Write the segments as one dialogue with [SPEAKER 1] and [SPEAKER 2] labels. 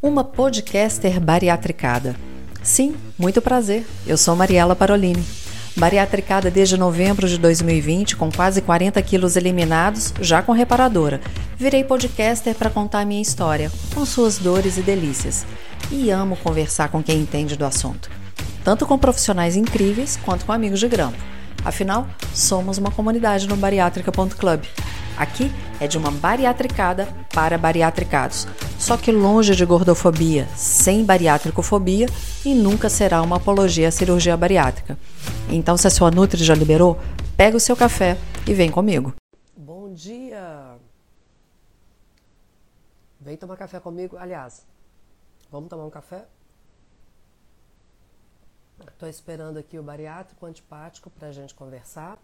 [SPEAKER 1] Uma podcaster bariatricada. Sim, muito prazer. Eu sou Mariela Parolini. Bariatricada desde novembro de 2020, com quase 40 quilos eliminados, já com reparadora. Virei podcaster para contar a minha história, com suas dores e delícias. E amo conversar com quem entende do assunto. Tanto com profissionais incríveis, quanto com amigos de grampo. Afinal, somos uma comunidade no bariátrica.club. Aqui é de uma bariatricada para bariatricados, só que longe de gordofobia, sem bariátricofobia e nunca será uma apologia à cirurgia bariátrica. Então, se a sua Nutri já liberou, pega o seu café e vem comigo. Bom dia! Vem tomar café comigo. Aliás, vamos tomar um café? Estou esperando aqui o bariátrico antipático para a gente conversar.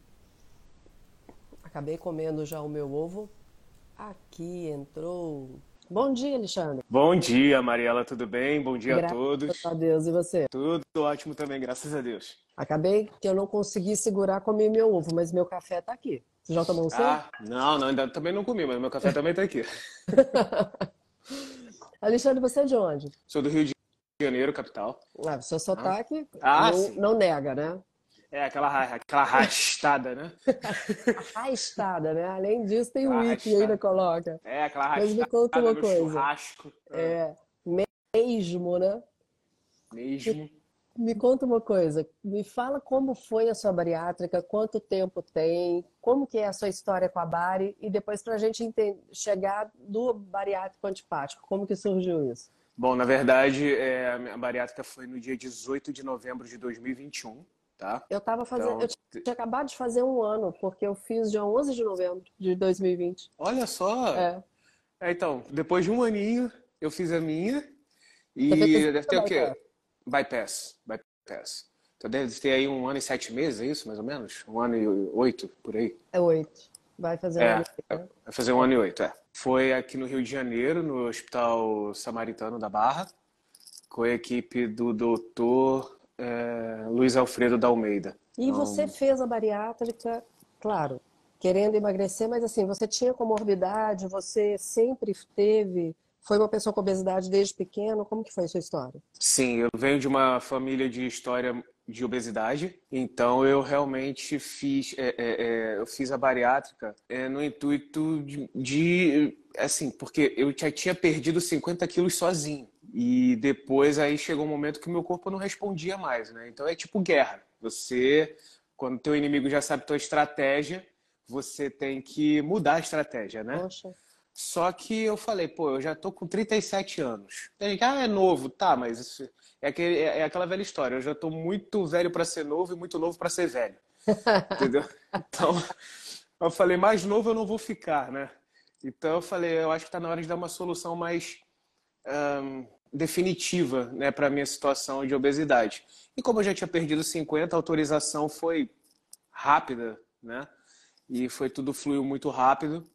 [SPEAKER 1] Acabei comendo já o meu ovo. Aqui entrou. Bom dia, Alexandre.
[SPEAKER 2] Bom dia, Mariela, tudo bem? Bom dia a
[SPEAKER 1] Graças
[SPEAKER 2] todos.
[SPEAKER 1] a Deus. E você?
[SPEAKER 2] Tudo ótimo também, graças a Deus.
[SPEAKER 1] Acabei que eu não consegui segurar comer meu ovo, mas meu café tá aqui. Você já tomou o seu?
[SPEAKER 2] Não, ainda também não comi, mas meu café também tá aqui.
[SPEAKER 1] Alexandre, você é de onde?
[SPEAKER 2] Sou do Rio de Janeiro, capital.
[SPEAKER 1] Seu sotaque
[SPEAKER 2] Sim.
[SPEAKER 1] não nega, né?
[SPEAKER 2] É aquela arrastada, né?
[SPEAKER 1] Arrastada, né? Além disso, tem o
[SPEAKER 2] Aquela
[SPEAKER 1] i que ainda
[SPEAKER 2] arrastada.
[SPEAKER 1] coloca.
[SPEAKER 2] É, aquela
[SPEAKER 1] Mas me conta
[SPEAKER 2] arrastada
[SPEAKER 1] uma
[SPEAKER 2] no
[SPEAKER 1] coisa.
[SPEAKER 2] churrasco.
[SPEAKER 1] Mesmo, né?
[SPEAKER 2] Mesmo.
[SPEAKER 1] Me conta uma coisa, me fala como foi a sua bariátrica, quanto tempo tem, como que é a sua história com a bari e depois para a gente chegar do bariátrico antipático, como que surgiu isso?
[SPEAKER 2] Bom, na verdade, a minha bariátrica foi no dia 18 de novembro de 2021, tá?
[SPEAKER 1] Eu tava fazendo,
[SPEAKER 2] Então,
[SPEAKER 1] eu tinha acabado de fazer um ano, porque eu fiz dia 11 de novembro de 2020.
[SPEAKER 2] olha só.
[SPEAKER 1] É.
[SPEAKER 2] Então, depois de um aninho, eu fiz a minha
[SPEAKER 1] Você fez
[SPEAKER 2] e deve ter o
[SPEAKER 1] bypass?
[SPEAKER 2] quê? Bypass. Então deve ter aí 1 ano e 7 meses, é isso, mais ou menos? 1 ano e 8, por aí.
[SPEAKER 1] É 8. Vai fazer um ano.
[SPEAKER 2] É,
[SPEAKER 1] Né?
[SPEAKER 2] vai fazer 1 ano e 8, é. Foi aqui no Rio de Janeiro, no Hospital Samaritano da Barra, com a equipe do doutor Luiz Alfredo da Almeida.
[SPEAKER 1] E você fez a bariátrica, claro, querendo emagrecer, mas assim, você tinha comorbidade, você sempre teve, foi uma pessoa com obesidade desde pequeno, como que foi a sua história?
[SPEAKER 2] Sim, eu venho de uma família de história de obesidade, então eu realmente eu fiz a bariátrica no intuito assim, porque eu já tinha perdido 50 quilos sozinho. E depois aí chegou um momento que o meu corpo não respondia mais, né? Então é tipo guerra. Quando teu inimigo já sabe tua estratégia, você tem que mudar a estratégia, né?
[SPEAKER 1] Poxa.
[SPEAKER 2] Só que eu falei, pô, eu já tô com 37 anos. Tem gente, é novo, tá, mas isso é aquela velha história. Eu já tô muito velho para ser novo e muito novo para ser velho. Entendeu? Então, eu falei, mais novo eu não vou ficar, né? Então eu falei, eu acho que tá na hora de dar uma solução mais definitiva, né, para minha situação de obesidade. E como eu já tinha perdido 50, a autorização foi rápida, né? E tudo fluiu muito rápido.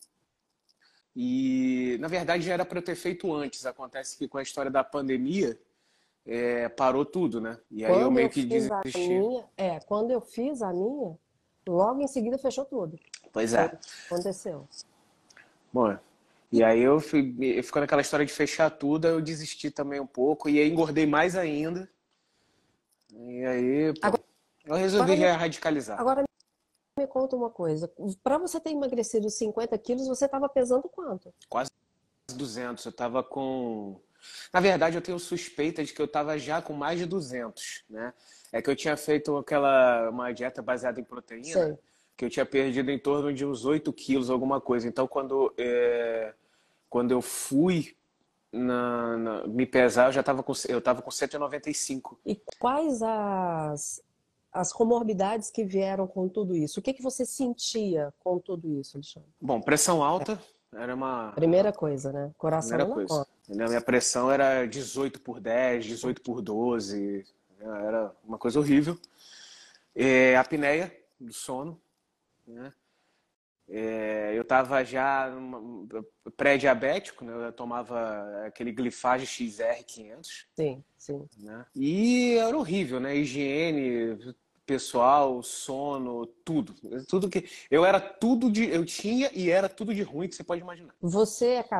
[SPEAKER 2] E, na verdade, já era para eu ter feito antes. Acontece que com a história da pandemia, parou tudo, né? E aí eu meio que desisti.
[SPEAKER 1] Quando eu fiz a minha, logo em seguida fechou tudo.
[SPEAKER 2] Pois
[SPEAKER 1] Foi o
[SPEAKER 2] é.
[SPEAKER 1] que aconteceu.
[SPEAKER 2] Bom, e aí ficou naquela história de fechar tudo, aí eu desisti também um pouco, e aí engordei mais ainda. E aí, pô, eu resolvi radicalizar.
[SPEAKER 1] Agora me conta uma coisa. Para você ter emagrecido 50 quilos, você estava pesando quanto?
[SPEAKER 2] Quase 200. Eu tava com... Na verdade, eu tenho suspeita de que eu tava já com mais de 200, né? É que eu tinha feito uma dieta baseada em proteína,
[SPEAKER 1] Sei.
[SPEAKER 2] que eu tinha perdido em torno de uns 8 quilos, alguma coisa. Então, quando eu fui me pesar, eu tava com 195.
[SPEAKER 1] E quais as comorbidades que vieram com tudo isso? O que que você sentia com tudo isso, Alexandre?
[SPEAKER 2] Bom, pressão alta era uma
[SPEAKER 1] Primeira coisa, né? Coração
[SPEAKER 2] primeira
[SPEAKER 1] na
[SPEAKER 2] coisa.
[SPEAKER 1] conta.
[SPEAKER 2] A minha pressão era 18/10, 18/12, era uma coisa horrível. Apneia do sono, né? Eu estava já pré-diabético, né? Eu tomava aquele Glifage XR 500,
[SPEAKER 1] Sim, sim.
[SPEAKER 2] né? E era horrível, né? Higiene pessoal, sono, tudo que eu tinha e era tudo de ruim que você pode imaginar.
[SPEAKER 1] Você é casado?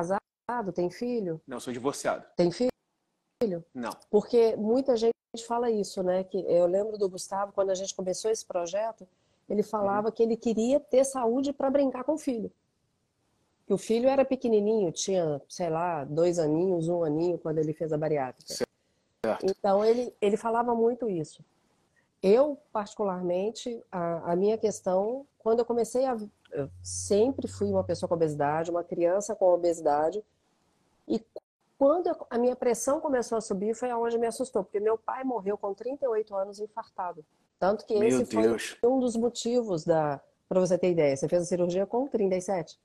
[SPEAKER 3] Tem filho?
[SPEAKER 2] Não, sou divorciado.
[SPEAKER 3] Tem filho?
[SPEAKER 2] Não.
[SPEAKER 3] Porque muita gente fala isso, né? Que eu lembro do Gustavo, quando a gente começou esse projeto, ele
[SPEAKER 2] Uhum.
[SPEAKER 3] falava que ele queria ter saúde para brincar com o filho. Que o filho era pequenininho, tinha, sei lá, 2 aninhos, 1 aninho, quando ele fez a bariátrica.
[SPEAKER 2] Certo.
[SPEAKER 3] Então, ele falava muito isso. Eu, particularmente, a minha questão, quando eu comecei a. Eu sempre fui uma pessoa com obesidade, uma criança com obesidade, e quando a minha pressão começou a subir, foi aonde me assustou, porque meu pai morreu com 38 anos infartado. Tanto que
[SPEAKER 2] Meu
[SPEAKER 3] esse foi
[SPEAKER 2] Deus.
[SPEAKER 3] um dos motivos da. Para você ter ideia, você fez a cirurgia com 37.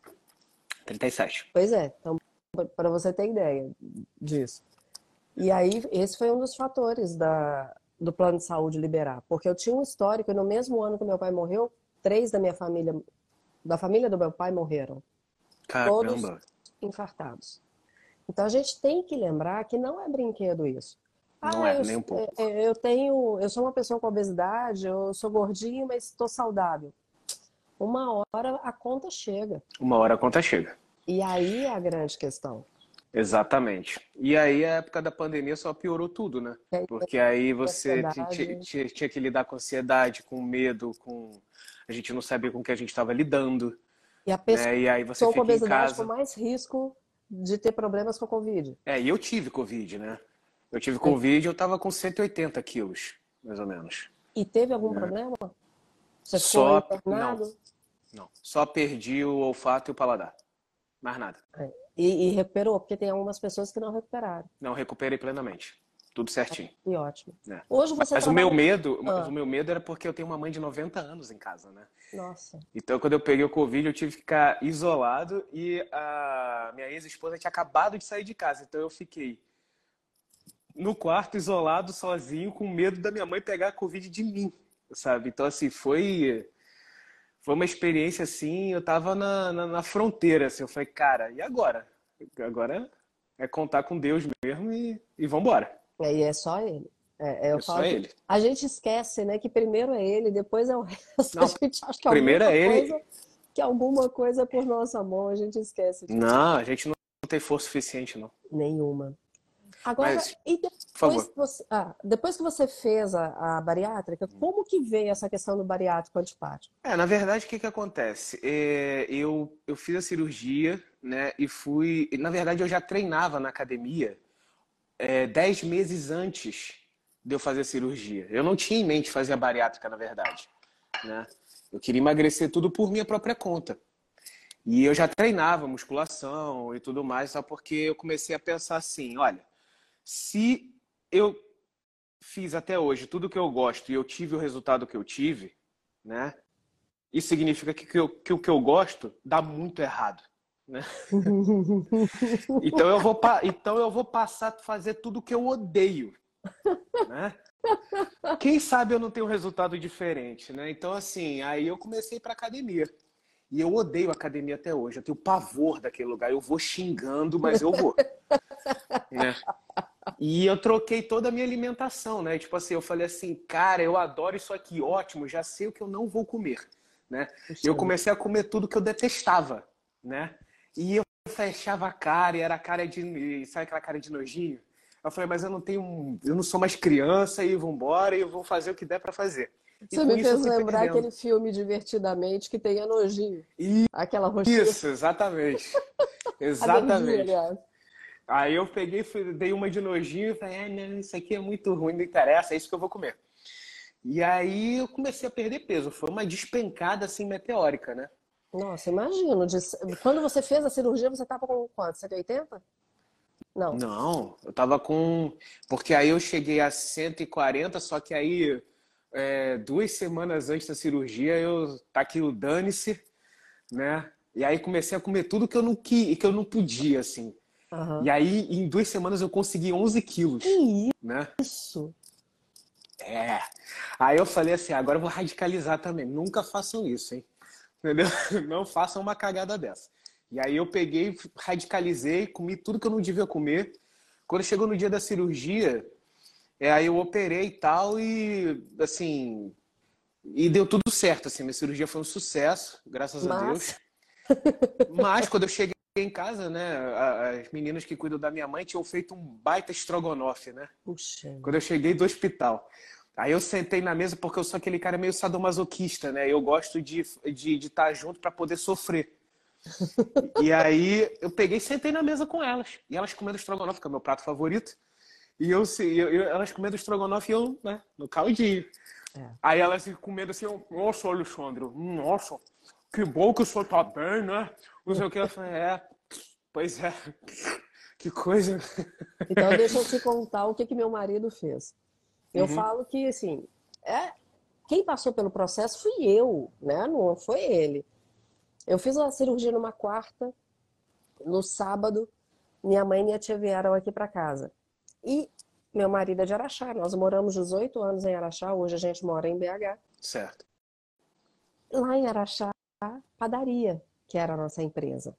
[SPEAKER 2] 37.
[SPEAKER 3] Pois é, então, para você ter ideia disso. E aí, esse foi um dos fatores do plano de saúde liberar. Porque eu tinha um histórico, e no mesmo ano que meu pai morreu, 3 da minha família, da família do meu pai, morreram. Todos
[SPEAKER 2] Caramba.
[SPEAKER 3] infartados. Então a gente tem que lembrar que não é brinquedo isso.
[SPEAKER 2] Não
[SPEAKER 3] Ah,
[SPEAKER 2] é, nem um pouco.
[SPEAKER 3] eu sou uma pessoa com obesidade, eu sou gordinho, mas estou saudável. Uma hora a conta chega.
[SPEAKER 2] Uma hora a conta chega.
[SPEAKER 3] E aí é a grande questão.
[SPEAKER 2] Exatamente. E aí a época da pandemia só piorou tudo, né?
[SPEAKER 3] É
[SPEAKER 2] Porque aí
[SPEAKER 3] a
[SPEAKER 2] você
[SPEAKER 3] ansiedade.
[SPEAKER 2] tinha que lidar com ansiedade, com medo, com... A gente não sabia com o que a gente estava lidando,
[SPEAKER 3] E a
[SPEAKER 2] né? E aí você
[SPEAKER 3] pessoa com
[SPEAKER 2] fica em
[SPEAKER 3] obesidade com
[SPEAKER 2] casa.
[SPEAKER 3] mais risco de ter problemas com a Covid.
[SPEAKER 2] É, e eu tive Covid, né? Eu tive
[SPEAKER 3] Mas-
[SPEAKER 2] Covid, eu tava com 180 quilos, mais ou menos.
[SPEAKER 3] E teve algum
[SPEAKER 2] Né?
[SPEAKER 3] problema? Você ficou
[SPEAKER 2] Só... Não,
[SPEAKER 3] internado?
[SPEAKER 2] não. Só perdi o olfato e o paladar. Mais nada.
[SPEAKER 3] É. E recuperou? Porque tem algumas pessoas que não recuperaram.
[SPEAKER 2] Não, recuperei plenamente. Tudo certinho.
[SPEAKER 3] E ótimo.
[SPEAKER 2] Né?
[SPEAKER 3] Hoje você
[SPEAKER 2] Mas o meu
[SPEAKER 3] trabalha.
[SPEAKER 2] medo,
[SPEAKER 3] Ah,
[SPEAKER 2] o meu medo era porque eu tenho uma mãe de 90 anos em casa, né?
[SPEAKER 3] nossa.
[SPEAKER 2] Então, quando eu peguei o Covid, eu tive que ficar isolado e a minha ex-esposa tinha acabado de sair de casa. Então, eu fiquei no quarto, isolado, sozinho, com medo da minha mãe pegar a Covid de mim, sabe? Então, assim, foi uma experiência, assim, eu tava na fronteira, assim. Eu falei, cara, e agora? Agora é contar com Deus mesmo e vambora.
[SPEAKER 3] E é só ele. Eu
[SPEAKER 2] É só
[SPEAKER 3] falo que
[SPEAKER 2] ele.
[SPEAKER 3] a gente esquece, né, que primeiro é ele, depois é o resto. A
[SPEAKER 2] Não,
[SPEAKER 3] gente acha
[SPEAKER 2] primeiro é ele.
[SPEAKER 3] que alguma coisa é por nossa mão, a gente esquece disso.
[SPEAKER 2] Não, a gente não tem força suficiente, não.
[SPEAKER 3] Nenhuma. Agora,
[SPEAKER 2] Mas,
[SPEAKER 3] e
[SPEAKER 2] por
[SPEAKER 3] depois
[SPEAKER 2] favor.
[SPEAKER 3] que depois que você fez a bariátrica, como que veio essa questão do bariátrico antipático?
[SPEAKER 2] Na verdade, o que que acontece? Eu fiz a cirurgia, né, e fui... Na verdade, eu já treinava na academia 10 meses antes de eu fazer a cirurgia. Eu não tinha em mente fazer a bariátrica, na verdade, né? Eu queria emagrecer tudo por minha própria conta. E eu já treinava musculação e tudo mais, só porque eu comecei a pensar assim, olha, se eu fiz até hoje tudo que eu gosto e eu tive o resultado que eu tive, né? Isso significa que o que eu gosto dá muito errado, né? Então eu vou passar a fazer tudo que eu odeio, né? Quem sabe eu não tenho um resultado diferente, né? Então, assim, aí eu comecei para academia. E eu odeio academia até hoje. Eu tenho pavor daquele lugar. Eu vou xingando, mas eu vou, né? E eu troquei toda a minha alimentação, né? Tipo assim, eu falei assim, cara, eu adoro isso aqui, ótimo, já sei o que eu não vou comer, né? Eu comecei a comer tudo que eu detestava, né? E eu fechava a cara e era a cara de... Sabe aquela cara de nojinho? Eu falei, mas eu não sou mais criança e vambora e eu vou fazer o que der pra fazer. E
[SPEAKER 3] Você
[SPEAKER 2] com
[SPEAKER 3] me
[SPEAKER 2] isso eu
[SPEAKER 3] fez
[SPEAKER 2] fui
[SPEAKER 3] lembrar
[SPEAKER 2] perdendo.
[SPEAKER 3] aquele filme Divertidamente que tem a nojinho. Aquela roxinha.
[SPEAKER 2] Isso, exatamente.
[SPEAKER 3] Alergia,
[SPEAKER 2] Exatamente.
[SPEAKER 3] aliás.
[SPEAKER 2] Aí eu peguei, dei uma de nojinho e falei, não, isso aqui é muito ruim, não interessa, é isso que eu vou comer. E aí eu comecei a perder peso. Foi uma despencada assim meteórica, né?
[SPEAKER 3] Nossa, imagino. Quando você fez a cirurgia, você estava com quanto? 180? Não.
[SPEAKER 2] Não, eu tava com. Porque aí eu cheguei a 140, só que aí 2 semanas antes da cirurgia eu tá aqui o dane-se, né? E aí comecei a comer tudo que eu não podia, assim.
[SPEAKER 3] Aham.
[SPEAKER 2] E aí em 2 semanas eu consegui 11 quilos,
[SPEAKER 3] Que
[SPEAKER 2] né?
[SPEAKER 3] isso?
[SPEAKER 2] Aí eu falei assim, agora eu vou radicalizar também. Nunca façam isso, hein? Entendeu? Não façam uma cagada dessa. E aí eu peguei, radicalizei, comi tudo que eu não devia comer. Quando chegou no dia da cirurgia, aí eu operei e tal, e assim, e deu tudo certo, assim, minha cirurgia foi um sucesso, graças a Deus.
[SPEAKER 3] Mas,
[SPEAKER 2] Mas quando eu cheguei em casa, né? As meninas que cuidam da minha mãe tinham feito um baita estrogonofe, né?
[SPEAKER 3] Puxa.
[SPEAKER 2] Quando eu cheguei do hospital. Aí eu sentei na mesa porque eu sou aquele cara meio sadomasoquista, né? Eu gosto de estar junto para poder sofrer. E aí eu peguei e sentei na mesa com elas. E elas comendo estrogonofe, que é o meu prato favorito. E elas comendo estrogonofe e eu, né, no caldinho.
[SPEAKER 3] É.
[SPEAKER 2] Aí elas comendo assim, nossa, Alexandre, nossa, que bom que o senhor tá bem, né? Não sei o que. Eu falei, pois é, que coisa.
[SPEAKER 3] Então, deixa eu te contar o que que meu marido fez. Eu falo que, assim, quem passou pelo processo fui eu, né? Não foi ele. Eu fiz uma cirurgia numa quarta, no sábado, minha mãe e minha tia vieram aqui para casa. E meu marido é de Araxá, nós moramos 18 anos em Araxá, hoje a gente mora em BH.
[SPEAKER 2] Certo.
[SPEAKER 3] Lá em Araxá, padaria, que era a nossa empresa.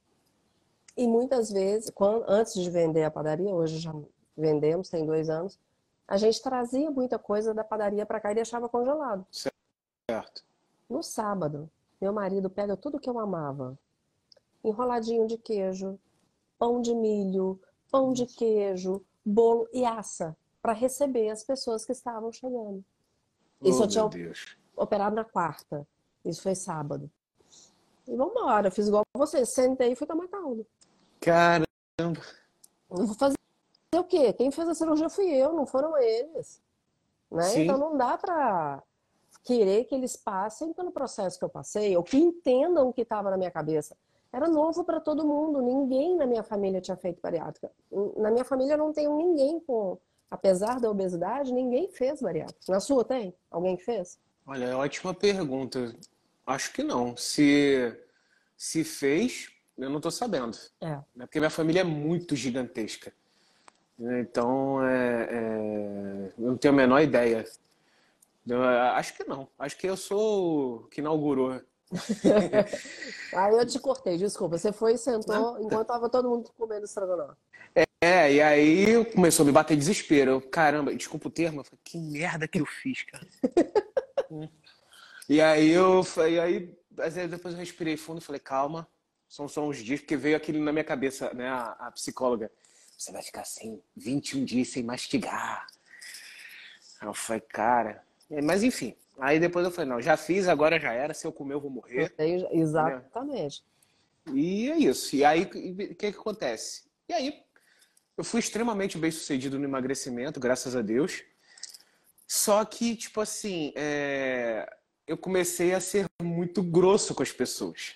[SPEAKER 3] E muitas vezes, antes de vender a padaria, hoje já vendemos, tem 2 anos, a gente trazia muita coisa da padaria para cá e deixava congelado.
[SPEAKER 2] Certo.
[SPEAKER 3] No sábado, meu marido pega tudo que eu amava. Enroladinho de queijo, pão de milho, pão de queijo, bolo e assa para receber as pessoas que estavam chegando. Isso
[SPEAKER 2] Oh,
[SPEAKER 3] eu tinha
[SPEAKER 2] meu Deus.
[SPEAKER 3] operado na quarta. Isso foi sábado. E vambora, fiz igual você, sentei e fui tomar caldo.
[SPEAKER 2] Caramba.
[SPEAKER 3] Não vou fazer o quê? Quem fez a cirurgia fui eu, não foram eles. Né?
[SPEAKER 2] Sim.
[SPEAKER 3] Então não dá para querer que eles passem pelo processo que eu passei, ou que entendam o que estava na minha cabeça. Era novo para todo mundo, ninguém na minha família tinha feito bariátrica. Na minha família não tem ninguém apesar da obesidade, ninguém fez bariátrica. Na sua tem? Alguém que fez?
[SPEAKER 2] Olha, ótima pergunta. Acho que não. Se fez, eu não estou sabendo.
[SPEAKER 3] É.
[SPEAKER 2] Porque minha família é muito gigantesca. Então, eu não tenho a menor ideia. Acho que não. Acho que eu sou o que inaugurou.
[SPEAKER 3] Aí eu te cortei, desculpa. Você foi e sentou enquanto tava todo mundo comendo estrogonofe.
[SPEAKER 2] E aí começou a me bater desespero. Caramba, desculpa o termo, eu falei, que merda que eu fiz, cara. E aí depois eu respirei fundo e falei, calma, são só uns dias, porque veio aquilo na minha cabeça, né, a psicóloga. Você vai ficar assim 21 dias sem mastigar. Aí eu falei, cara. Mas enfim. Aí depois eu falei, não, já fiz, agora já era. Se eu comer, eu vou morrer.
[SPEAKER 3] Exatamente.
[SPEAKER 2] E é isso. E aí, o que acontece? E aí, eu fui extremamente bem sucedido no emagrecimento, graças a Deus. Só que, tipo assim, eu comecei a ser muito grosso com as pessoas.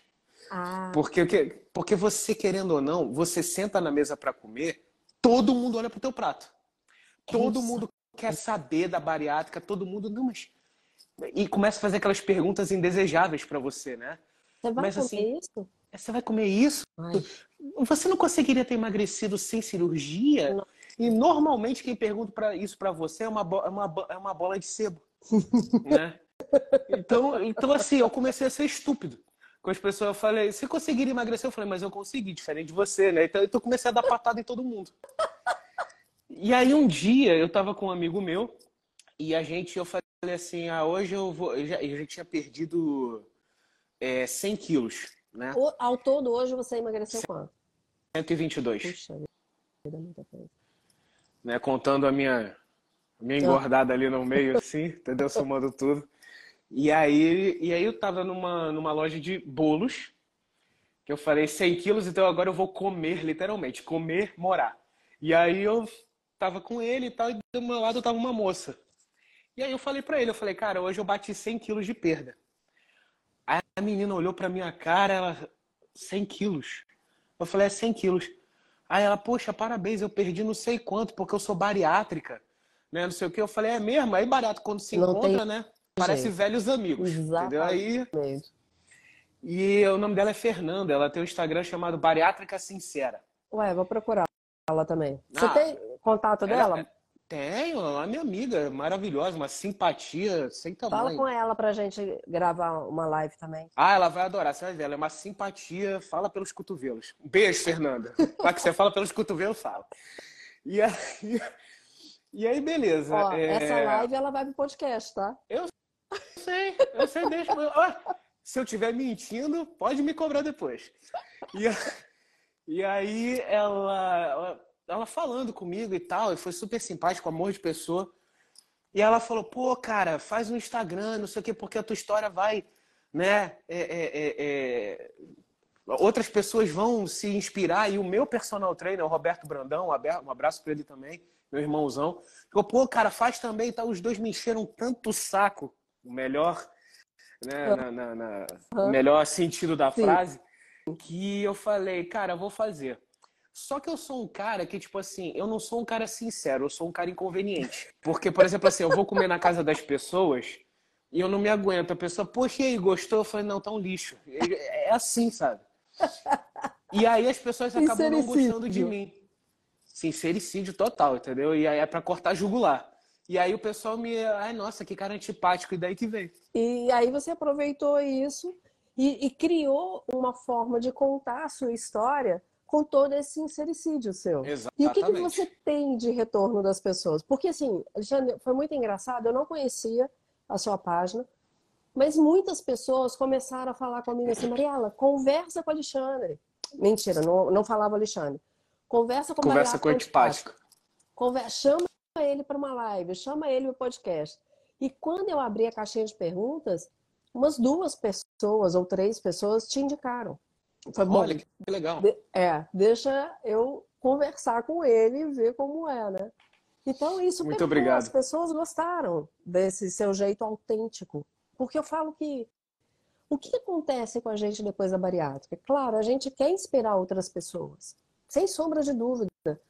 [SPEAKER 2] Porque você, querendo ou não, você senta na mesa para comer, todo mundo olha pro teu prato. Todo mundo quer saber da bariátrica, todo mundo, não, mas... E começa a fazer aquelas perguntas indesejáveis para você, né?
[SPEAKER 3] Você vai
[SPEAKER 2] Mas,
[SPEAKER 3] comer
[SPEAKER 2] assim,
[SPEAKER 3] isso?
[SPEAKER 2] você vai comer isso?
[SPEAKER 3] Ai.
[SPEAKER 2] Você não conseguiria ter emagrecido sem cirurgia?
[SPEAKER 3] Não.
[SPEAKER 2] E normalmente quem pergunta isso para você é uma bola de sebo, né? Então, assim, eu comecei a ser estúpido. Com as pessoas, eu falei, você conseguiria emagrecer? Eu falei, mas eu consegui, diferente de você, né? Então eu comecei a dar patada em todo mundo. E aí um dia eu tava com um amigo meu e eu falei assim, hoje eu vou... Eu já tinha perdido 100 quilos, né?
[SPEAKER 3] Ao todo, hoje você emagreceu quanto?
[SPEAKER 2] 122.
[SPEAKER 3] Puxa vida, muita coisa.
[SPEAKER 2] Né? Contando a minha engordada ali no meio, assim, entendeu? Somando tudo. E aí eu tava numa loja de bolos, que eu falei 100 quilos, então agora eu vou comer, literalmente, comer, morar. E aí eu tava com ele e tal, e do meu lado tava uma moça. E aí eu falei pra ele, cara, hoje eu bati 100 quilos de perda. Aí a menina olhou pra minha cara, ela, 100 quilos? Eu falei, 100 quilos. Aí ela, poxa, parabéns, eu perdi não sei quanto, porque eu sou bariátrica, né, não sei o que. Eu falei, é mesmo? Aí bariátrico, quando se encontra, né, parece velhos amigos, entendeu? Aí, e o nome dela é Fernanda, ela tem um Instagram chamado Bariátrica Sincera.
[SPEAKER 3] Ué, vou procurar ela também. Você tem contato dela?
[SPEAKER 2] Tenho, ela é minha amiga, maravilhosa, uma simpatia sem tamanho.
[SPEAKER 3] Fala com ela pra gente gravar uma live também.
[SPEAKER 2] Ela vai adorar, você vai ver, ela é uma simpatia, fala pelos cotovelos. Um beijo, Fernanda. Lá que você fala pelos cotovelos, fala. E aí beleza.
[SPEAKER 3] Ó, essa live ela vai pro podcast, tá?
[SPEAKER 2] Eu sei, deixa. Se eu estiver mentindo, pode me cobrar depois. E aí ela falando comigo e tal, e foi super simpático, amor de pessoa. E ela falou, pô, cara, faz um Instagram, não sei o quê, porque a tua história vai, né? Outras pessoas vão se inspirar. E o meu personal trainer, o Roberto Brandão, um abraço para ele também, meu irmãozão, falou, pô, cara, faz também, tá? Os dois me encheram tanto o saco, o melhor, né, melhor sentido da
[SPEAKER 3] Sim.
[SPEAKER 2] frase, que eu falei, cara, eu vou fazer. Só que eu sou um cara que, tipo assim, eu não sou um cara sincero, eu sou um cara inconveniente. Porque, por exemplo, assim, eu vou comer na casa das pessoas e eu não me aguento. A pessoa, poxa, e aí, gostou? Eu falei, não, tá um lixo. É assim, sabe? E aí as pessoas acabam não gostando de
[SPEAKER 3] Sincericídio.
[SPEAKER 2] mim. Sincericídio total, entendeu? E aí é pra cortar jugular. E aí o pessoal ai, nossa, que cara antipático, e daí que vem.
[SPEAKER 3] E aí você aproveitou isso e criou uma forma de contar a sua história com todo esse sincericídio seu. E o que você
[SPEAKER 2] Exatamente.
[SPEAKER 3] tem de retorno das pessoas? Porque, assim, Alexandre, foi muito engraçado, eu não conhecia a sua página, mas muitas pessoas começaram a falar comigo assim, Mariela, conversa com o Alexandre. Mentira, não falava Alexandre. Conversa com o
[SPEAKER 2] Conversa com
[SPEAKER 3] bariátrico antipático.
[SPEAKER 2] antipático.
[SPEAKER 3] Chama ele para uma live, chama ele para o podcast. E quando eu abri a caixinha de perguntas, umas 2 pessoas ou 3 pessoas te indicaram. Foi
[SPEAKER 2] Olha,
[SPEAKER 3] bom.
[SPEAKER 2] que legal.
[SPEAKER 3] Deixa eu conversar com ele e ver como é, né? Então isso
[SPEAKER 2] Muito
[SPEAKER 3] pegou, as
[SPEAKER 2] obrigado.
[SPEAKER 3] pessoas gostaram desse seu jeito autêntico. Porque eu falo que o que acontece com a gente depois da bariátrica? Claro, a gente quer inspirar outras pessoas, sem sombra de dúvida.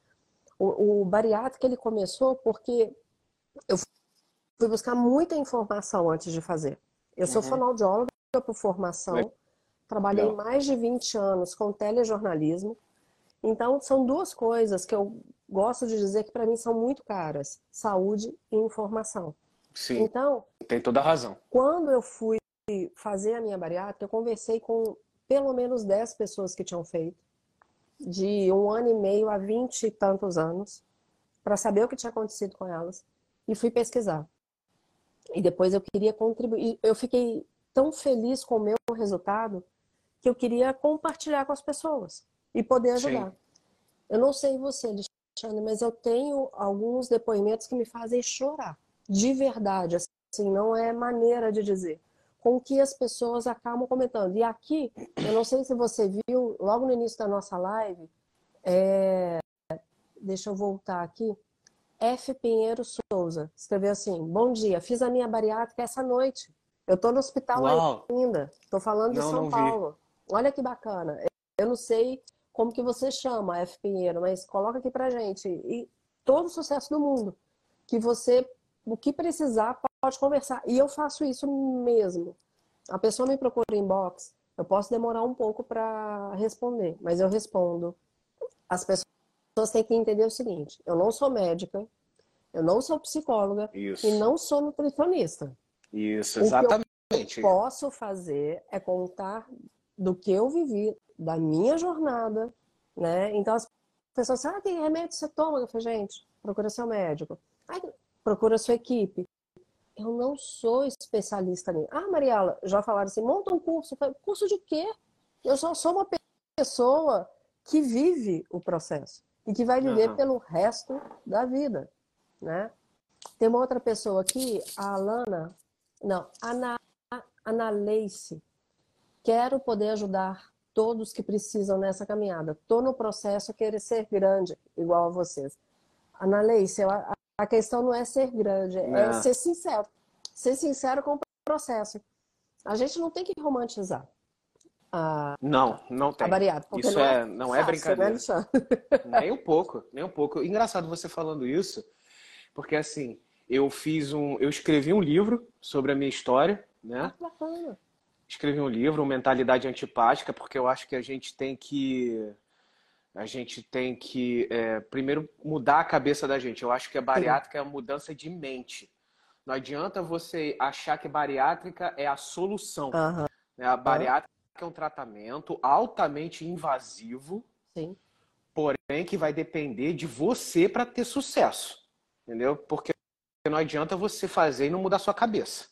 [SPEAKER 3] O bariátrico ele começou porque eu fui buscar muita informação antes de fazer. Eu sou
[SPEAKER 2] Uhum.
[SPEAKER 3] fonoaudióloga por formação, trabalhei
[SPEAKER 2] Legal.
[SPEAKER 3] mais de 20 anos com telejornalismo. Então, são 2 coisas que eu gosto de dizer que para mim são muito caras: saúde e informação.
[SPEAKER 2] Sim,
[SPEAKER 3] Então,
[SPEAKER 2] tem toda a razão.
[SPEAKER 3] quando eu fui fazer a minha bariátrica, eu conversei com pelo menos 10 pessoas que tinham feito, de 1 ano e meio a 20 e tantos anos, para saber o que tinha acontecido com elas, e fui pesquisar. E depois eu queria contribuir. Eu fiquei tão feliz com o meu resultado que eu queria compartilhar com as pessoas e poder
[SPEAKER 2] Sim.
[SPEAKER 3] ajudar. Eu não sei você, Alexandre, mas eu tenho alguns depoimentos que me fazem chorar. De verdade, assim, não é maneira de dizer. Com que as pessoas acabam comentando. E aqui, eu não sei se você viu, logo no início da nossa live, deixa eu voltar aqui, F. Pinheiro Souza escreveu assim: bom dia, fiz a minha bariátrica essa noite. Eu estou no hospital
[SPEAKER 2] Uau!
[SPEAKER 3] ainda. Estou falando de
[SPEAKER 2] Não,
[SPEAKER 3] São
[SPEAKER 2] não vi.
[SPEAKER 3] Paulo. Olha que bacana. Eu não sei como que você chama, F. Pinheiro, mas coloca aqui pra gente. E todo o sucesso do mundo. Que você, o que precisar, pode conversar. E eu faço isso mesmo. A pessoa me procura em inbox, eu posso demorar um pouco para responder, mas eu respondo. As pessoas têm que entender o seguinte: eu não sou médica, eu não sou psicóloga e
[SPEAKER 2] Isso.
[SPEAKER 3] não sou nutricionista.
[SPEAKER 2] Isso,
[SPEAKER 3] O que eu
[SPEAKER 2] exatamente.
[SPEAKER 3] posso fazer é contar do que eu vivi, da minha jornada, né? Então as pessoas falam, que remédio você toma? Eu falo, gente, procura seu médico. Ai, procura sua equipe. Eu não sou especialista nisso. Ah, Mariela, já falaram assim, monta um curso. Eu falei, curso de quê? Eu só sou uma pessoa que vive o processo e que vai viver
[SPEAKER 2] Aham.
[SPEAKER 3] pelo resto da vida, né? Tem uma outra pessoa aqui, a Alana, não, Ana Leice. Quero poder ajudar todos que precisam nessa caminhada. Estou no processo a querer ser grande, igual a vocês. Ana Leice, a questão não é ser grande, é
[SPEAKER 2] Né?
[SPEAKER 3] ser sincero. Ser sincero com o processo. A gente não tem que romantizar
[SPEAKER 2] Não, não
[SPEAKER 3] a
[SPEAKER 2] tem.
[SPEAKER 3] bariátrica, porque
[SPEAKER 2] Isso
[SPEAKER 3] não é
[SPEAKER 2] não é
[SPEAKER 3] fácil, né,
[SPEAKER 2] brincadeira.
[SPEAKER 3] Alexandre?
[SPEAKER 2] Nem um pouco, nem um pouco. Engraçado você falando isso, porque assim, eu escrevi um livro sobre a minha história,
[SPEAKER 3] Ah,
[SPEAKER 2] né?
[SPEAKER 3] que bacana.
[SPEAKER 2] Escrevi um livro, Mentalidade Antipática, porque eu acho que primeiro mudar a cabeça da gente. Eu acho que a
[SPEAKER 3] Sim.
[SPEAKER 2] bariátrica é a mudança de mente. Não adianta você achar que bariátrica é a solução,
[SPEAKER 3] Aham,
[SPEAKER 2] né? A bariátrica é um tratamento altamente invasivo,
[SPEAKER 3] sim.
[SPEAKER 2] porém que vai depender de você para ter sucesso, entendeu? Porque não adianta você fazer e não mudar sua cabeça.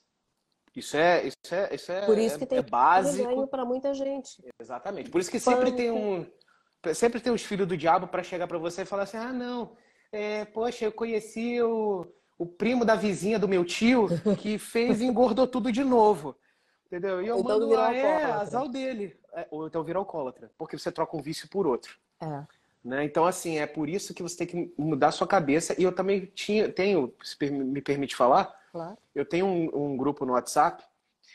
[SPEAKER 2] Isso
[SPEAKER 3] Por isso que tem
[SPEAKER 2] é básico.
[SPEAKER 3] reganho para muita gente.
[SPEAKER 2] Exatamente. Por isso que sempre tem
[SPEAKER 3] Pânico.
[SPEAKER 2] sempre tem os filhos do diabo para chegar para você e falar assim: ah, não, poxa, eu conheci o primo da vizinha do meu tio que fez e engordou tudo de novo. Entendeu? E eu
[SPEAKER 3] Então
[SPEAKER 2] mando,
[SPEAKER 3] virou
[SPEAKER 2] azar
[SPEAKER 3] alcoólatra.
[SPEAKER 2] dele. Ou então vira alcoólatra, porque você troca um vício por outro.
[SPEAKER 3] É,
[SPEAKER 2] Né? Então, assim, é por isso que você tem que mudar a sua cabeça. E eu também tenho, se me permite falar,
[SPEAKER 3] claro.
[SPEAKER 2] eu tenho um grupo no WhatsApp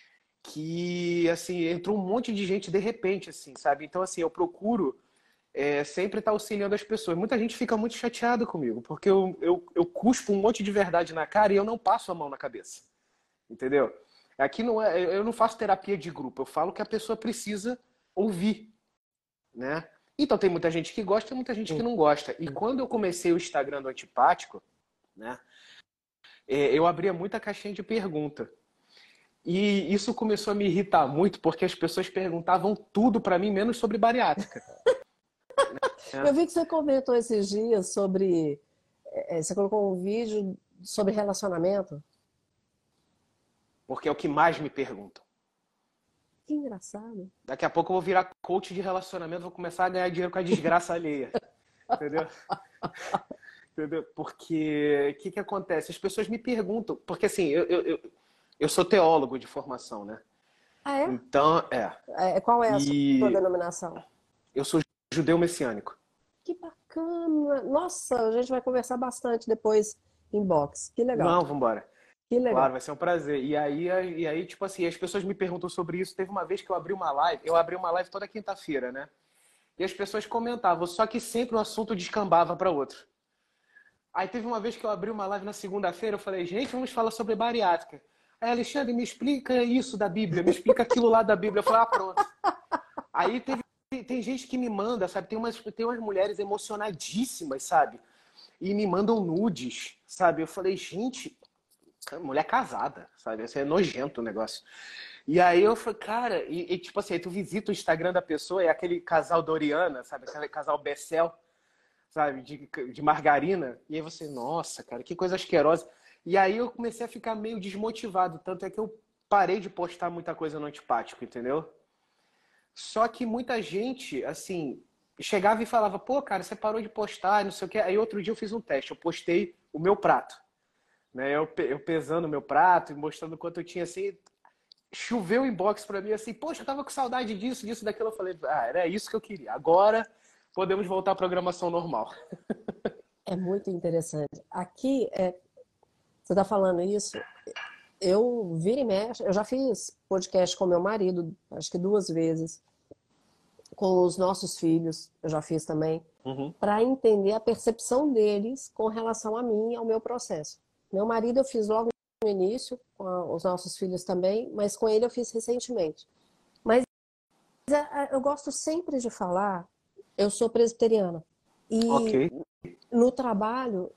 [SPEAKER 2] que, assim, entrou um monte de gente de repente, assim, sabe? Então, assim, eu procuro sempre estar auxiliando as pessoas. Muita gente fica muito chateada comigo, porque eu cuspo um monte de verdade na cara e eu não passo a mão na cabeça. Entendeu? Aqui não eu não faço terapia de grupo, eu falo que a pessoa precisa ouvir, né? Então tem muita gente que gosta e muita gente que não gosta. E quando eu comecei o Instagram do Antipático, né, eu abria muita caixinha de pergunta. E isso começou a me irritar muito, porque as pessoas perguntavam tudo para mim, menos sobre bariátrica.
[SPEAKER 3] Eu
[SPEAKER 2] Né?
[SPEAKER 3] vi que você comentou esses dias sobre. Você colocou um vídeo sobre relacionamento.
[SPEAKER 2] Porque é o que mais me perguntam.
[SPEAKER 3] Que engraçado.
[SPEAKER 2] Daqui a pouco eu vou virar coach de relacionamento, vou começar a ganhar dinheiro com a desgraça alheia. Entendeu? Entendeu? Porque o que acontece? As pessoas me perguntam, porque assim, eu sou teólogo de formação, né?
[SPEAKER 3] Ah, é?
[SPEAKER 2] Então,
[SPEAKER 3] Qual é a sua
[SPEAKER 2] e
[SPEAKER 3] denominação?
[SPEAKER 2] eu sou judeu messiânico.
[SPEAKER 3] Que bacana! Nossa, a gente vai conversar bastante depois em box. Que legal,
[SPEAKER 2] Não, vambora.
[SPEAKER 3] que
[SPEAKER 2] Claro,
[SPEAKER 3] legal.
[SPEAKER 2] vai ser um prazer. E aí, tipo assim, as pessoas me perguntam sobre isso. Teve uma vez que eu abri uma live toda quinta-feira, né? E as pessoas comentavam, só que sempre o assunto descambava para outro. Aí teve uma vez que eu abri uma live na segunda-feira, eu falei, gente, vamos falar sobre bariátrica. Aí, Alexandre, me explica isso da Bíblia, me explica aquilo lá da Bíblia. Eu falei, pronto. Aí tem gente que me manda, sabe? Tem umas mulheres emocionadíssimas, sabe? E me mandam nudes, sabe? Eu falei, gente, mulher casada, sabe? Isso é nojento o negócio. E aí eu falei, cara, tipo assim, aí tu visita o Instagram da pessoa, é aquele casal Doriana, sabe? Aquele casal Bessel, sabe? De margarina. E aí você, nossa, cara, que coisa asquerosa. E aí eu comecei a ficar meio desmotivado, tanto é que eu parei de postar muita coisa no Antipático, entendeu? Só que muita gente, assim, chegava e falava, pô, cara, você parou de postar, não sei o quê. Aí outro dia eu fiz um teste, eu postei o meu prato, né? Eu pesando o meu prato e mostrando quanto eu tinha, assim, choveu inbox pra mim, assim, poxa, eu tava com saudade disso, daquilo. Eu falei, era isso que eu queria. Agora podemos voltar à programação normal.
[SPEAKER 3] É muito interessante. Aqui, você está falando isso, eu vira e mexe, eu já fiz podcast com meu marido, acho que 2 vezes, com os nossos filhos, eu já fiz também,
[SPEAKER 2] Uhum.
[SPEAKER 3] para entender a percepção deles com relação a mim e ao meu processo. Meu marido eu fiz logo no início, com os nossos filhos também, mas com ele eu fiz recentemente. Mas eu gosto sempre de falar, eu sou presbiteriana. E
[SPEAKER 2] Ok.
[SPEAKER 3] no trabalho,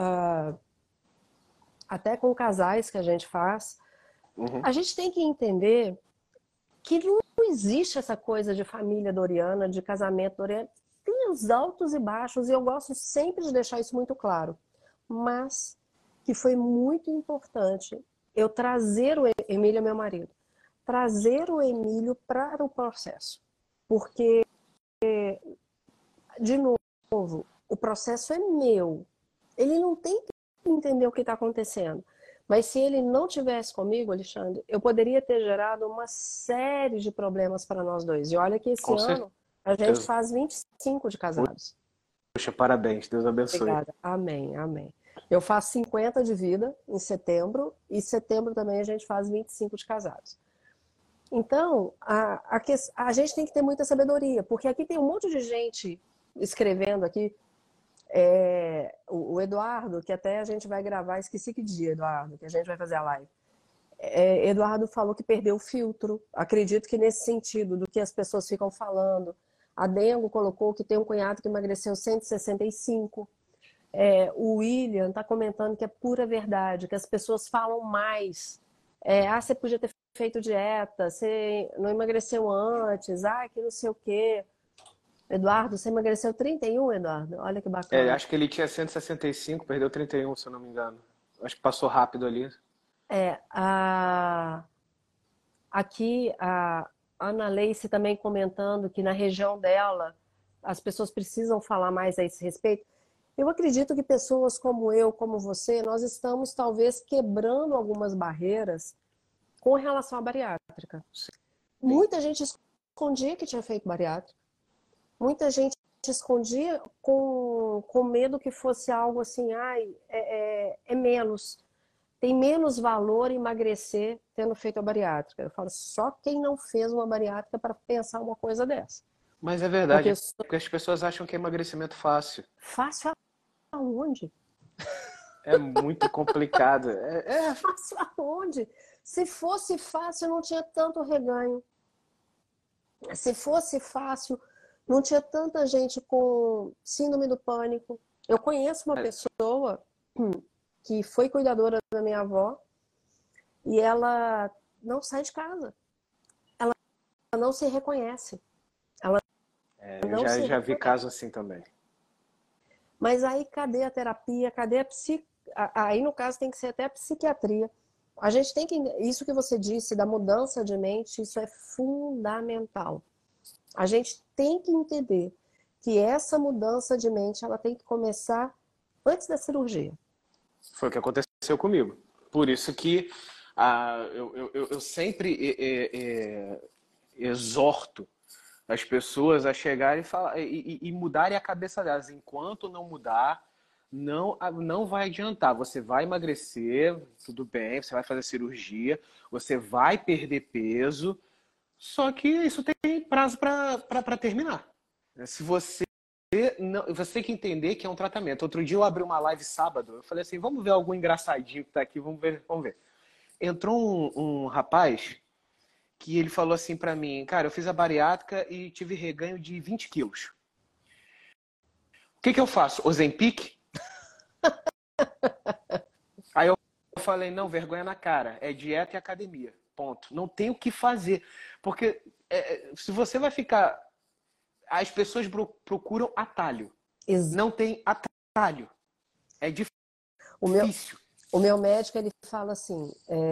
[SPEAKER 3] até com casais que a gente faz,
[SPEAKER 2] Uhum.
[SPEAKER 3] a gente tem que entender que não existe essa coisa de família doriana, de casamento doriano. Tem os altos e baixos, e eu gosto sempre de deixar isso muito claro. Mas que foi muito importante eu trazer o Emílio, meu marido, trazer o Emílio para o processo. Porque, de novo, o processo é meu. Ele não tem que entender o que está acontecendo. Mas se ele não tivesse comigo, Alexandre, eu poderia ter gerado uma série de problemas para nós dois. E olha que esse
[SPEAKER 2] Com
[SPEAKER 3] ano a gente
[SPEAKER 2] certeza.
[SPEAKER 3] faz 25 de casados.
[SPEAKER 2] Poxa, parabéns. Deus abençoe.
[SPEAKER 3] Obrigada. Amém, amém. Eu faço 50 de vida em setembro, e em setembro também a gente faz 25 de casados. Então, a gente tem que ter muita sabedoria, porque aqui tem um monte de gente escrevendo aqui. O Eduardo, que até a gente vai gravar, esqueci que dia, Eduardo, que a gente vai fazer a live. Eduardo falou que perdeu o filtro. Acredito que nesse sentido, do que as pessoas ficam falando. A Dengo colocou que tem um cunhado que emagreceu 165. O William está comentando que é pura verdade, que as pessoas falam mais. Você podia ter feito dieta, você não emagreceu antes, que não sei o quê. Eduardo, você emagreceu 31, Eduardo? Olha que bacana.
[SPEAKER 2] Acho que ele tinha 165, perdeu 31, se eu não me engano. Acho que passou rápido ali.
[SPEAKER 3] Aqui a Ana Leice também comentando que na região dela as pessoas precisam falar mais a esse respeito. Eu acredito que pessoas como eu, como você, nós estamos talvez quebrando algumas barreiras com relação à bariátrica. Muita gente escondia que tinha feito bariátrica. Muita gente escondia com medo que fosse algo assim, ai, é menos. Tem menos valor emagrecer tendo feito a bariátrica. Eu falo, só quem não fez uma bariátrica para pensar uma coisa dessa.
[SPEAKER 2] Mas é verdade, porque as pessoas acham que é emagrecimento fácil.
[SPEAKER 3] Fácil aonde?
[SPEAKER 2] É muito complicado.
[SPEAKER 3] Fácil aonde? Se fosse fácil, não tinha tanto reganho. Se fosse fácil, não tinha tanta gente com síndrome do pânico. Eu conheço uma pessoa que foi cuidadora da minha avó e ela não sai de casa. Ela não se reconhece.
[SPEAKER 2] Eu já vi casos assim também.
[SPEAKER 3] Mas aí cadê a terapia? Cadê a Aí no caso tem que ser até a psiquiatria. A gente tem que... Isso que você disse da mudança de mente, isso é fundamental. A gente tem que entender que essa mudança de mente ela tem que começar antes da cirurgia.
[SPEAKER 2] Foi o que aconteceu comigo. Por isso que eu sempre exorto as pessoas a chegarem e mudarem a cabeça delas. Enquanto não mudar, não vai adiantar. Você vai emagrecer, tudo bem, você vai fazer cirurgia, você vai perder peso, só que isso tem prazo para terminar. Se você não, você tem que entender que é um tratamento. Outro dia eu abri uma live sábado, eu falei assim, vamos ver algum engraçadinho que tá aqui, vamos ver. Entrou um rapaz que ele falou assim pra mim, cara, eu fiz a bariátrica e tive reganho de 20 quilos. O que eu faço? Ozempic? Aí eu falei, não, vergonha na cara, é dieta e academia, ponto. Não tem o que fazer, porque se você vai ficar... As pessoas procuram atalho. Não tem atalho. É difícil.
[SPEAKER 3] O meu médico, ele fala assim,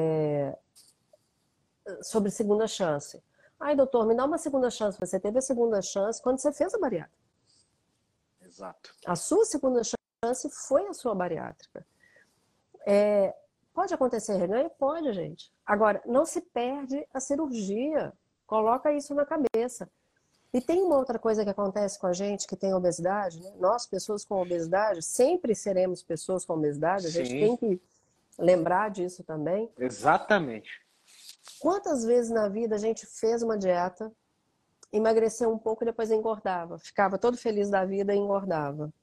[SPEAKER 3] sobre segunda chance. Ai, doutor, me dá uma segunda chance. Você teve a segunda chance quando você fez a bariátrica.
[SPEAKER 2] Exato.
[SPEAKER 3] A sua segunda chance foi a sua bariátrica. Pode acontecer reganho? Pode, gente. Agora, não se perde a cirurgia. Coloca isso na cabeça. E tem uma outra coisa que acontece com a gente que tem obesidade, né? Nós, pessoas com obesidade, sempre seremos pessoas com obesidade, a gente tem que lembrar disso também.
[SPEAKER 2] Exatamente.
[SPEAKER 3] Quantas vezes na vida a gente fez uma dieta, emagreceu um pouco e depois engordava, ficava todo feliz da vida e engordava.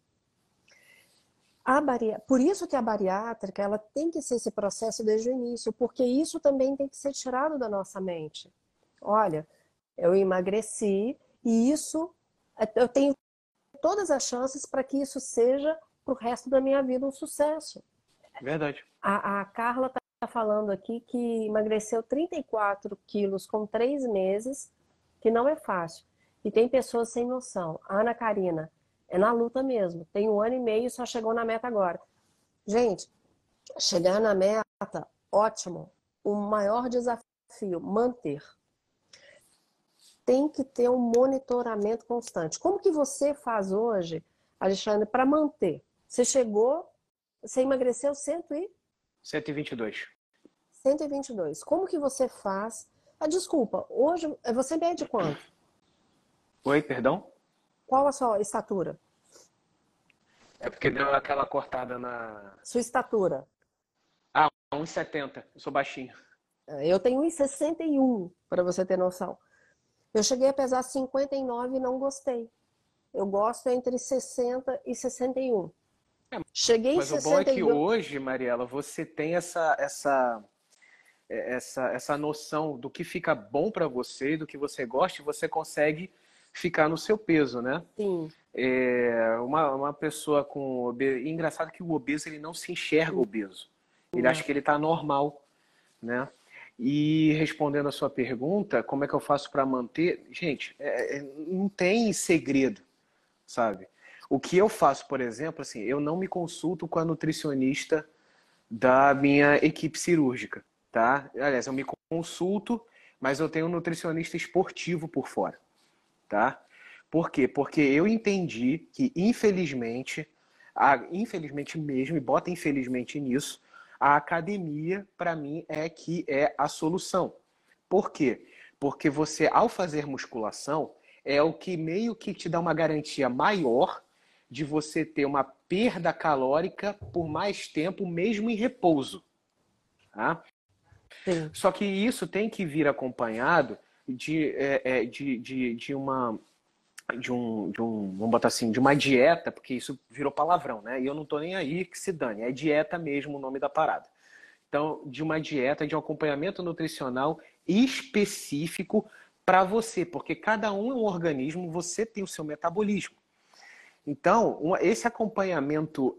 [SPEAKER 3] Por isso que a bariátrica ela tem que ser esse processo desde o início, porque isso também tem que ser tirado da nossa mente. Olha, eu emagreci, e isso, eu tenho todas as chances para que isso seja, para o resto da minha vida, um sucesso.
[SPEAKER 2] Verdade.
[SPEAKER 3] A Carla está falando aqui que emagreceu 34 quilos com 3 meses, que não é fácil. E tem pessoas sem noção. A Ana Karina, é na luta mesmo. Tem 1 ano e meio e só chegou na meta agora. Gente, chegar na meta, ótimo. O maior desafio, manter. Tem que ter um monitoramento constante. Como que você faz hoje, Alexandre, para manter? Você chegou, você emagreceu
[SPEAKER 2] 122.
[SPEAKER 3] 122. Como que você faz? Desculpa, hoje você mede quanto?
[SPEAKER 2] Oi, perdão?
[SPEAKER 3] Qual a sua estatura?
[SPEAKER 2] É porque deu aquela cortada na...
[SPEAKER 3] Sua estatura?
[SPEAKER 2] 1,70. Eu sou baixinho.
[SPEAKER 3] Eu tenho 1,61, para você ter noção. Eu cheguei a pesar 59 e não gostei. Eu gosto entre 60 e 61. Cheguei em 62.
[SPEAKER 2] Mas o bom é que hoje, Mariela, você tem essa noção do que fica bom para você, do que você gosta, e você consegue ficar no seu peso, né?
[SPEAKER 3] Sim.
[SPEAKER 2] Uma pessoa com obeso... Engraçado que o obeso ele não se enxerga obeso. Ele acha que ele está normal, né? E respondendo a sua pergunta, como é que eu faço para manter? Gente, não tem segredo, sabe? O que eu faço, por exemplo, assim, eu não me consulto com a nutricionista da minha equipe cirúrgica, tá? Aliás, eu me consulto, mas eu tenho um nutricionista esportivo por fora, tá? Por quê? Porque eu entendi que, infelizmente, infelizmente mesmo, e bota infelizmente nisso, a academia, para mim, é a solução. Por quê? Porque você, ao fazer musculação, é o que meio que te dá uma garantia maior de você ter uma perda calórica por mais tempo, mesmo em repouso. Tá?
[SPEAKER 3] Sim.
[SPEAKER 2] Só que isso tem que vir acompanhado de uma vamos botar assim, de uma dieta, porque isso virou palavrão, né? E eu não tô nem aí que se dane, é dieta mesmo o nome da parada. Então, de uma dieta, de um acompanhamento nutricional específico para você, porque cada um é um organismo, você tem o seu metabolismo. Então, esse acompanhamento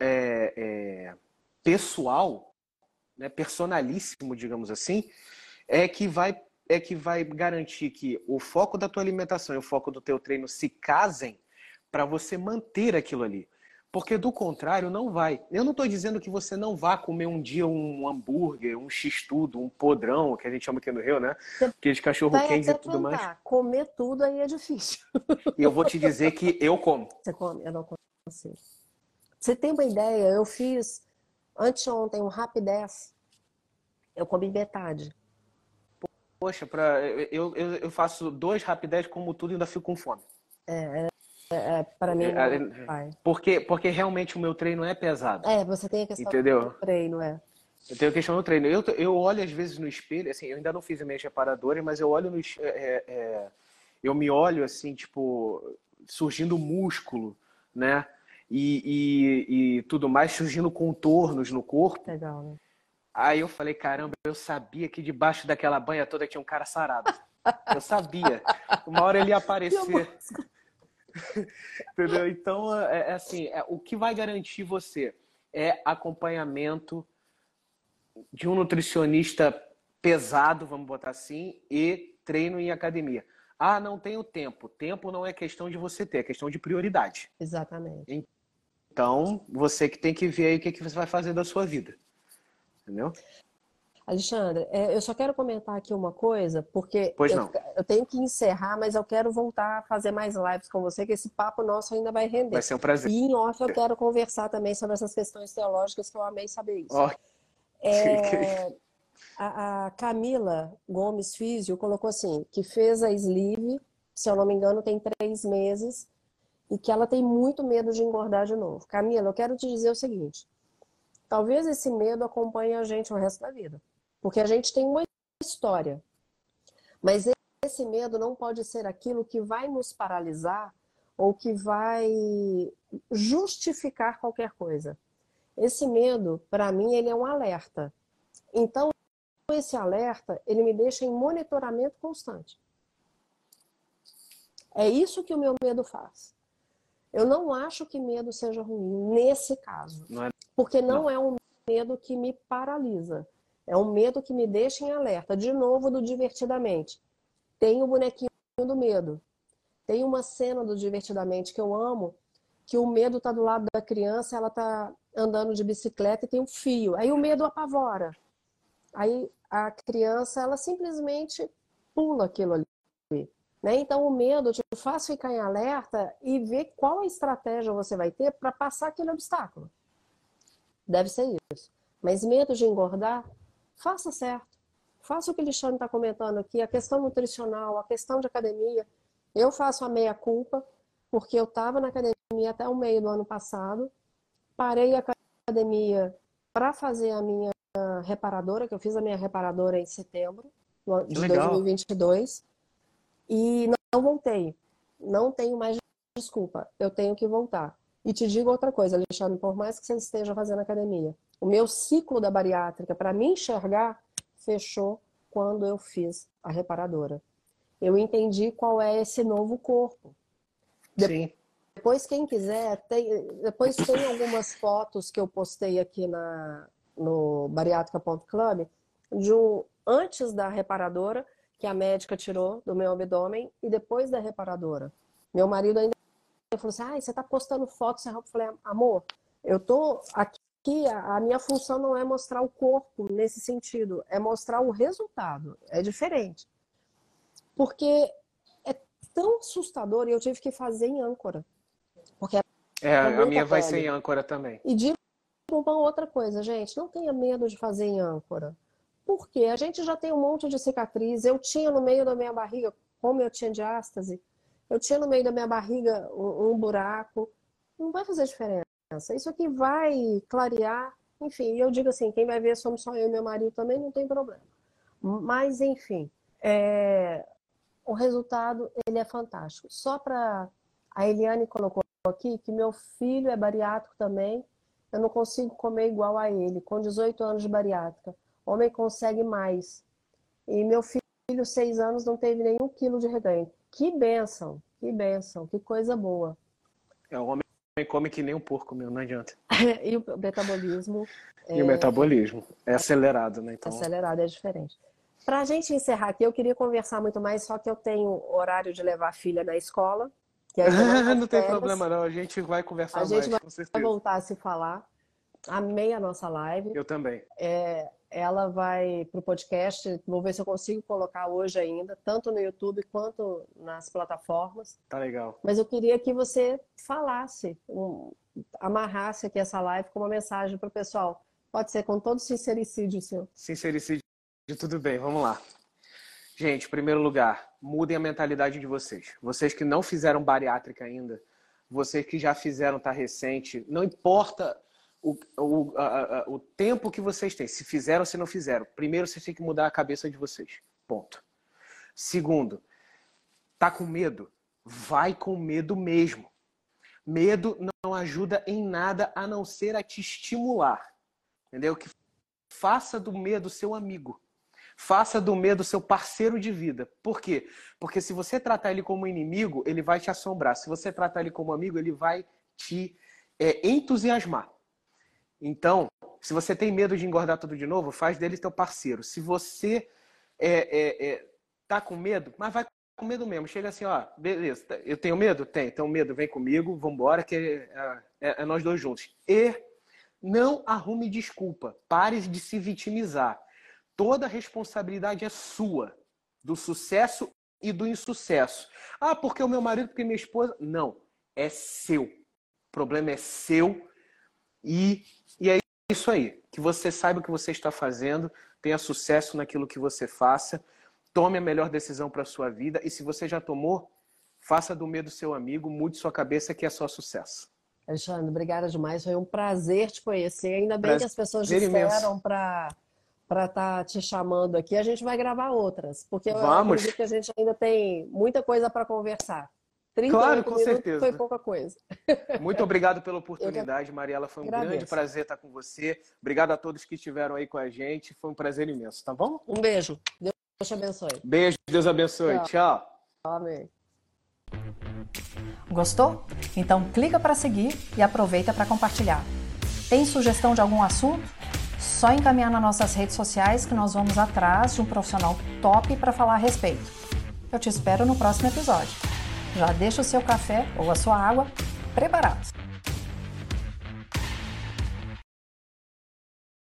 [SPEAKER 2] pessoal, né, personalíssimo, digamos assim, é que vai garantir que o foco da tua alimentação e o foco do teu treino se casem para você manter aquilo ali. Porque do contrário, não vai. Eu não estou dizendo que você não vá comer um dia um hambúrguer, um x-tudo, um podrão, que a gente chama aqui no Rio, né?
[SPEAKER 3] Você
[SPEAKER 2] Aqueles cachorro quente
[SPEAKER 3] vai
[SPEAKER 2] e
[SPEAKER 3] até
[SPEAKER 2] tudo mais.
[SPEAKER 3] tentar. Comer tudo aí é difícil.
[SPEAKER 2] E eu vou te dizer que eu como.
[SPEAKER 3] Você come? Eu não consigo. Você tem uma ideia? Eu fiz anteontem um Rapidez. Eu comi metade.
[SPEAKER 2] Poxa, eu faço 2 rapidez, como tudo e ainda fico com fome.
[SPEAKER 3] Para mim não vai.
[SPEAKER 2] Porque realmente o meu treino é pesado.
[SPEAKER 3] Você tem a questão
[SPEAKER 2] Entendeu?
[SPEAKER 3] do treino,
[SPEAKER 2] Eu tenho a questão do treino. Eu olho às vezes no espelho, assim, eu ainda não fiz a minha reparadora, mas eu olho eu me olho assim, tipo, surgindo músculo, né? E tudo mais, surgindo contornos no corpo.
[SPEAKER 3] Legal, né?
[SPEAKER 2] Aí eu falei, caramba, eu sabia que debaixo daquela banha toda tinha um cara sarado. Eu sabia. Uma hora ele ia aparecer. Entendeu? Então, assim, o que vai garantir você é acompanhamento de um nutricionista pesado, vamos botar assim, e treino em academia. Ah, não tenho tempo. Tempo não é questão de você ter, é questão de prioridade.
[SPEAKER 3] Exatamente.
[SPEAKER 2] Então, você que tem que ver aí o que você vai fazer da sua vida. Entendeu?
[SPEAKER 3] Alexandre, eu só quero comentar aqui uma coisa, porque
[SPEAKER 2] Pois não.
[SPEAKER 3] eu tenho que encerrar, mas eu quero voltar a fazer mais lives com você, que esse papo nosso ainda vai render.
[SPEAKER 2] Vai ser um prazer.
[SPEAKER 3] E em off eu quero conversar também sobre essas questões teológicas, que eu amei saber isso.
[SPEAKER 2] Ó,
[SPEAKER 3] A Camila Gomes Físio colocou assim, que fez a sleeve, se eu não me engano, tem 3 meses, e que ela tem muito medo de engordar de novo. Camila, eu quero te dizer o seguinte, talvez esse medo acompanhe a gente o resto da vida. Porque a gente tem uma história. Mas esse medo não pode ser aquilo que vai nos paralisar ou que vai justificar qualquer coisa. Esse medo, para mim, ele é um alerta. Então, esse alerta, ele me deixa em monitoramento constante. É isso que o meu medo faz. Eu não acho que medo seja ruim nesse caso. Porque não é um medo que me paralisa. É um medo que me deixa em alerta. De novo, do Divertidamente. Tem o bonequinho do medo. Tem uma cena do Divertidamente que eu amo, que o medo está do lado da criança, ela está andando de bicicleta e tem um fio. Aí o medo apavora. Aí a criança, ela simplesmente pula aquilo ali. Né? Então o medo te faz ficar em alerta e ver qual a estratégia você vai ter para passar aquele obstáculo. Deve ser isso. Mas medo de engordar, faça certo. Faça o que o Alexandre está comentando aqui, a questão nutricional, a questão de academia. Eu faço a meia-culpa, porque eu estava na academia até o meio do ano passado, parei a academia para fazer a minha reparadora, que eu fiz a minha reparadora em setembro de 2022, e não voltei. Não tenho mais desculpa, eu tenho que voltar. E te digo outra coisa, Alexandre, por mais que você esteja fazendo academia, o meu ciclo da bariátrica, para me enxergar, fechou quando eu fiz a reparadora. Eu entendi qual é esse novo corpo.
[SPEAKER 2] Sim.
[SPEAKER 3] Depois, quem quiser, depois tem algumas fotos que eu postei aqui no bariátrica.club, antes da reparadora, que a médica tirou do meu abdômen, e depois da reparadora. Meu marido ainda falou assim, você tá postando fotos sem roupa. Eu falei, amor, eu tô aqui, a minha função não é mostrar o corpo nesse sentido, é mostrar o resultado, é diferente. Porque tão assustador e eu tive que fazer em âncora. Porque
[SPEAKER 2] A minha vai ser em âncora também.
[SPEAKER 3] E digo uma outra coisa, gente, não tenha medo de fazer em âncora. Por quê? A gente já tem um monte de cicatriz. Eu tinha no meio da minha barriga, como eu tinha diástase, eu tinha no meio da minha barriga um buraco. Não vai fazer diferença. Isso aqui vai clarear. Enfim, eu digo assim, quem vai ver somos só eu e meu marido também, não tem problema. Mas, enfim, o resultado, ele é fantástico. Só para... A Eliane colocou aqui que meu filho é bariátrico também. Eu não consigo comer igual a ele, com 18 anos de bariátrica. Homem consegue mais. E meu filho, 6 anos, não teve nenhum quilo de reganho. Que bênção, que coisa boa.
[SPEAKER 2] O homem come que nem um porco, meu, não adianta.
[SPEAKER 3] E o metabolismo...
[SPEAKER 2] E o metabolismo é acelerado, né? Então...
[SPEAKER 3] Acelerado, é diferente. Pra gente encerrar aqui, eu queria conversar muito mais, só que eu tenho horário de levar a filha na escola. Que
[SPEAKER 2] não tem problema não, a gente vai conversar mais, com certeza. A gente
[SPEAKER 3] vai voltar a se falar. Amei a nossa live.
[SPEAKER 2] Eu também.
[SPEAKER 3] Ela vai pro podcast, vou ver se eu consigo colocar hoje ainda, tanto no YouTube quanto nas plataformas.
[SPEAKER 2] Tá legal.
[SPEAKER 3] Mas eu queria que você falasse, amarrasse aqui essa live com uma mensagem pro pessoal. Pode ser com todo sincericídio seu.
[SPEAKER 2] Sincericídio, tudo bem, vamos lá. Gente, em primeiro lugar, mudem a mentalidade de vocês. Vocês que não fizeram bariátrica ainda, vocês que já fizeram, tá recente, não importa o tempo que vocês têm, se fizeram ou se não fizeram. Primeiro, vocês têm que mudar a cabeça de vocês. Ponto. Segundo, tá com medo? Vai com medo mesmo. Medo não ajuda em nada a não ser a te estimular. Entendeu? Que faça do medo seu amigo. Faça do medo seu parceiro de vida. Por quê? Porque se você tratar ele como inimigo, ele vai te assombrar. Se você tratar ele como amigo, ele vai te entusiasmar. Então, se você tem medo de engordar tudo de novo, faz dele teu parceiro. Se você tá com medo, mas vai com medo mesmo. Chega assim, ó, beleza, eu tenho medo? Tenho medo, vem comigo, vambora, que é nós dois juntos. E não arrume desculpa, pare de se vitimizar. Toda a responsabilidade é sua, do sucesso e do insucesso. Ah, porque o meu marido, porque minha esposa... Não, é seu. O problema é seu e é isso aí. Que você saiba o que você está fazendo, tenha sucesso naquilo que você faça, tome a melhor decisão para a sua vida e se você já tomou, faça do medo seu amigo, mude sua cabeça que é só sucesso.
[SPEAKER 3] Alexandre, obrigada demais. Foi um prazer te conhecer. Ainda bem que as pessoas disseram para estar te chamando aqui. A gente vai gravar outras, porque eu acredito que a gente ainda tem muita coisa para conversar. 30
[SPEAKER 2] claro, com certeza.
[SPEAKER 3] Foi pouca coisa.
[SPEAKER 2] Muito obrigado pela oportunidade, Mariela. Foi um grande prazer estar com você. Obrigado a todos que estiveram aí com a gente. Foi um prazer imenso, tá bom?
[SPEAKER 3] Um beijo. Deus te abençoe.
[SPEAKER 2] Beijo, Deus abençoe. Tchau.
[SPEAKER 3] Amém.
[SPEAKER 1] Gostou? Então clica para seguir e aproveita para compartilhar. Tem sugestão de algum assunto? Só encaminhar nas nossas redes sociais que nós vamos atrás de um profissional top para falar a respeito. Eu te espero no próximo episódio. Já deixa o seu café ou a sua água preparados.